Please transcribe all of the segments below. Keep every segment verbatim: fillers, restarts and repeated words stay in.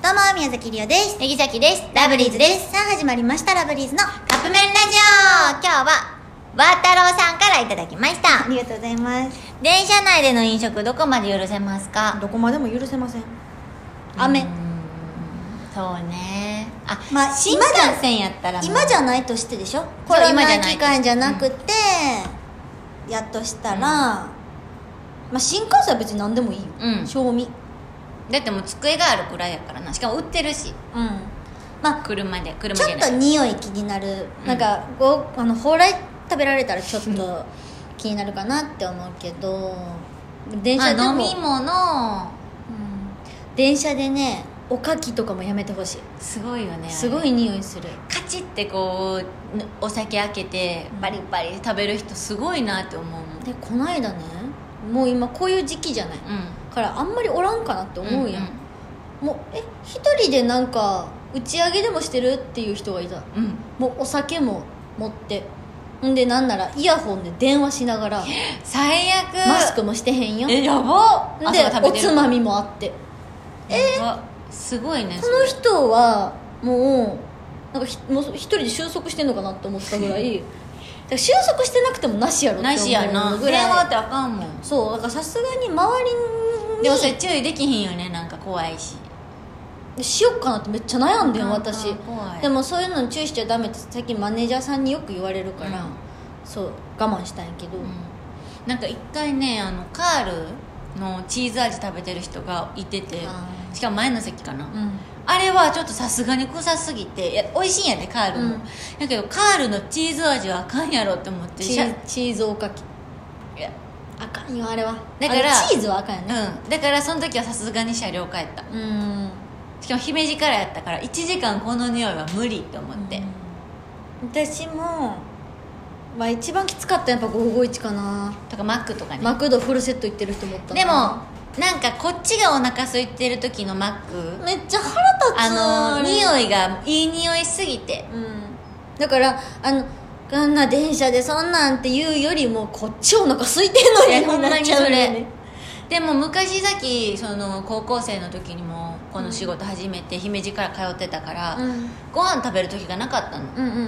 どうも宮崎りおです。 ネギ崎です。 ラブリーズです。さあ始まりましたラブリーズのカップ麺ラジオ。今日はわたろうさんからいただきました。 ありがとうございます。 電車内での飲食どこまで許せますか？ どこまでも許せません。雨。 そうね。あ、 まあ、 新幹線やったら今じゃないとしてでしょ。コそうロ今じゃないナ期間じゃなくて、うん、やっとしたら、うん、まあ新幹線は別に何でもいいよ、 うん、 賞味だってもう机があるくらいやからな。しかも売ってるし、 うん、まあ車で車でちょっと匂い気になる、うん、なんかごあの蓬莱食べられたらちょっと気になるかなって思うけど、電車でも、 まあ、飲み物、うん、 電車でねおかきとかもやめてほしい。 すごいよね。 すごい匂いする。 カチってこうお酒開けてバリバリ食べる人すごいなって思うもん。 でこないだね、もう今こういう時期じゃない、うん、からあんまりおらんかなって思うやん、うんうん、もうえ一人でなんか打ち上げでもしてるっていう人がいた、うん、もうお酒も持ってんでなんならイヤホンで電話しながら最悪。 マスクもしてへんよ。 えやばでおつまみもあってえー、すごいね。 この人はもうなんかひもう一人で収束してんのかなって思ったぐらいだから収束してなくてもなしやろって思うなしやな。 ぐらい電話ってあかんもん。 そうだからさすがに周りにでもそれ注意できひんよね。なんか怖いししよっかなってめっちゃ悩んでん私。 怖い。 でもそういうのに注意しちゃダメって最近マネージャーさんによく言われるから、うん、そう我慢したんやけど、うん、 なんか一回ねあのカールのチーズ味食べてる人がいてて、しかも前の席かな、うん、あれはちょっとさすがに臭すぎて、いや美味しいんやでカールも、うん、だけどカールのチーズ味はあかんやろって思ってチーチーズおかきいやあかんよあれは。 だからチーズはあかんやね、 うん、だからその時はさすがに車両帰った。うん、しかも姫路からやったからいちじかんこの匂いは無理と思って、 うん、私もまあ一番きつかったやっぱごーごーいちかなとかマックとかね。 マクドフルセット行ってる人もおったな。 でもなんかこっちがお腹空いてる時のマックめっちゃ腹立つ。 あの匂いがいい匂いすぎて、 うん、だからあのあんな電車でそんなんって言うよりもこっちお腹空いてんのにほんまにそれ、 ね、 でも昔さっきその高校生の時にもこの仕事始めて姫路から通ってたから、うん、ご飯食べる時がなかったの、うんうんうんうん、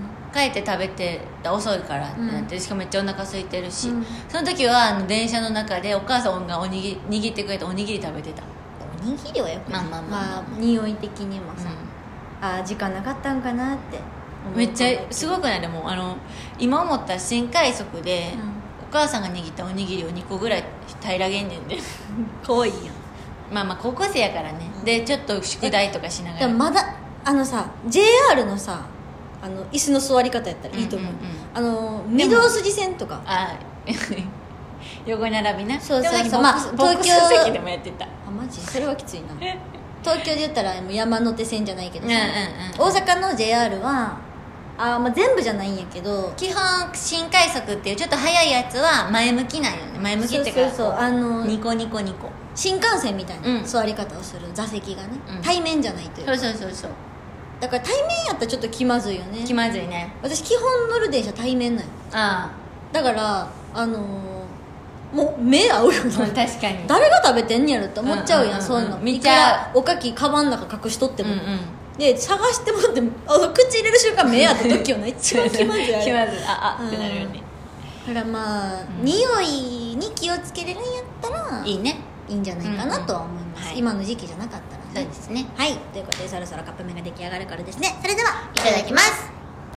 帰って食べて遅いからってなって、うん、しかもめっちゃお腹空いてるし、うん、その時はあの電車の中でお母さんがおにぎ握ってくれたおにぎり食べてた。 おにぎりはやっぱり、まあまあまあ、まあ、匂い的にもさ、うん、ああ時間なかったんかなってめっちゃすごくない？でもあの今思ったら新快速で、うん、お母さんが握ったおにぎりをにこぐらい平らげんねんでかわいいやん。 まあまあ高校生やからね、うん、でちょっと宿題とかしながら。 でもまだあのさ ジェイアール のさあの椅子の座り方やったらいいと思う、うんうんうん、あの御堂筋線とかあ横並びな。 そうそうそう、 まあ、東京席でもやってた。 あマジそれはきついな東京で言ったらもう山手線じゃないけどさ、うんうんうん、大阪の ジェイアール はあ、まあ、全部じゃないんやけど基本新快速っていうちょっと早いやつは前向きなんよね。前向きっていうかそうそうそうあのニコニコニコ新幹線みたいな座り方をする、うん、座席がね、うん、対面じゃないというか。 そうそうそうそうだから対面やったらちょっと気まずいよね。 気まずいね。 私基本乗る電車対面なんよ。ああだからあのー、もう目合うよな、うん、 確かに誰が食べてんやろって思っちゃうやん、うんうんうんうん、そういうの見ちゃうおかきカバンの中隠しとっても、 うんうん、 で探してもってあの口入れる瞬間目合った時は一番気まずいあれ気まずいああってなるよね。 だからまあ、うん、匂いに気をつけれるんやったらいいねいいんじゃないかなとは思います、うんうんはい、今の時期じゃなかったらね。 そうですね。 はいということでそろそろカップ麺が出来上がるからですね。それではいただきます。